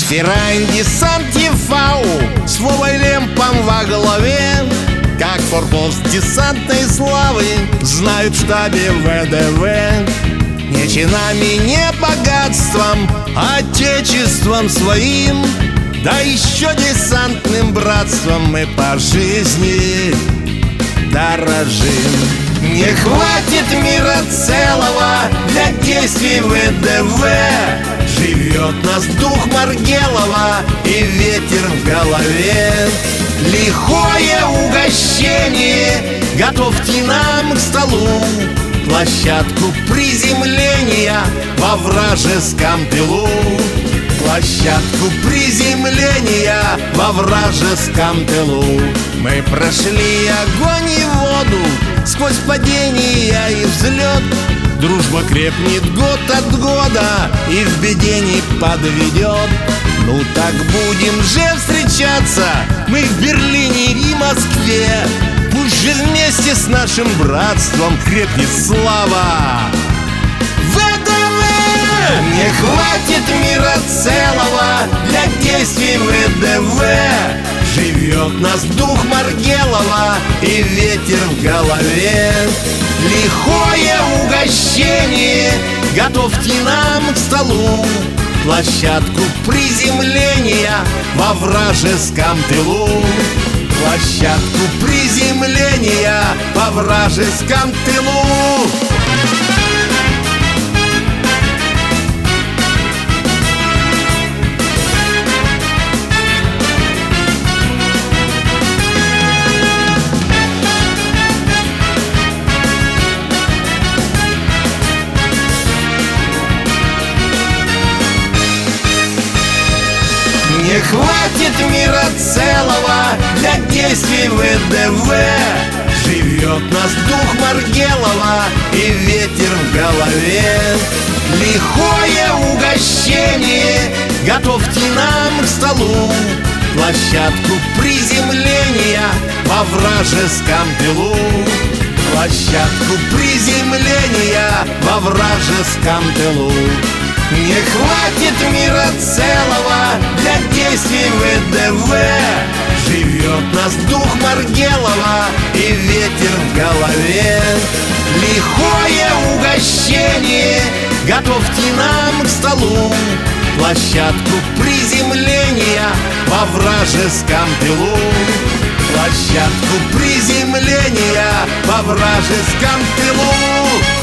Ветеран-десант ЕФАУ с флоу-лемпом во главе, как форпост десантной славы, знают в штабе ВДВ. Не чинами, не богатством, а отечеством своим, да еще десантным братством мы по жизни дорожим. Не хватит мира целого для действий ВДВ. Живет нас дух Маргелова и ветер в голове. Лихое угощение готовьте нам к столу, площадку приземления во вражеском тылу. Площадку приземления во вражеском тылу. Мы прошли огонь и воду, сквозь падения и взлет. Дружба крепнет год от года и в беде не подведет. Ну так будем же встречаться мы в Берлине и Москве. Пусть же вместе с нашим братством крепнет слава ВДВ. Не хватит мира целого для действий ВДВ. Живет нас дух Маргелова и ветер в голове. Лихое угощение готовьте нам к столу, площадку приземления во вражеском тылу. Площадку приземления во вражеском тылу. Не хватит мира целого для действий ВДВ. Живет нас дух Маргелова и ветер в голове. Лихое угощение готовьте нам к столу, площадку приземления во вражеском тылу. Площадку приземления во вражеском тылу. Не хватит мира целого для действий ВДВ. Живет нас дух Маргелова и ветер в голове. Лихое угощение готовьте нам к столу, площадку приземления во вражеском тылу. Площадку приземления во вражеском тылу.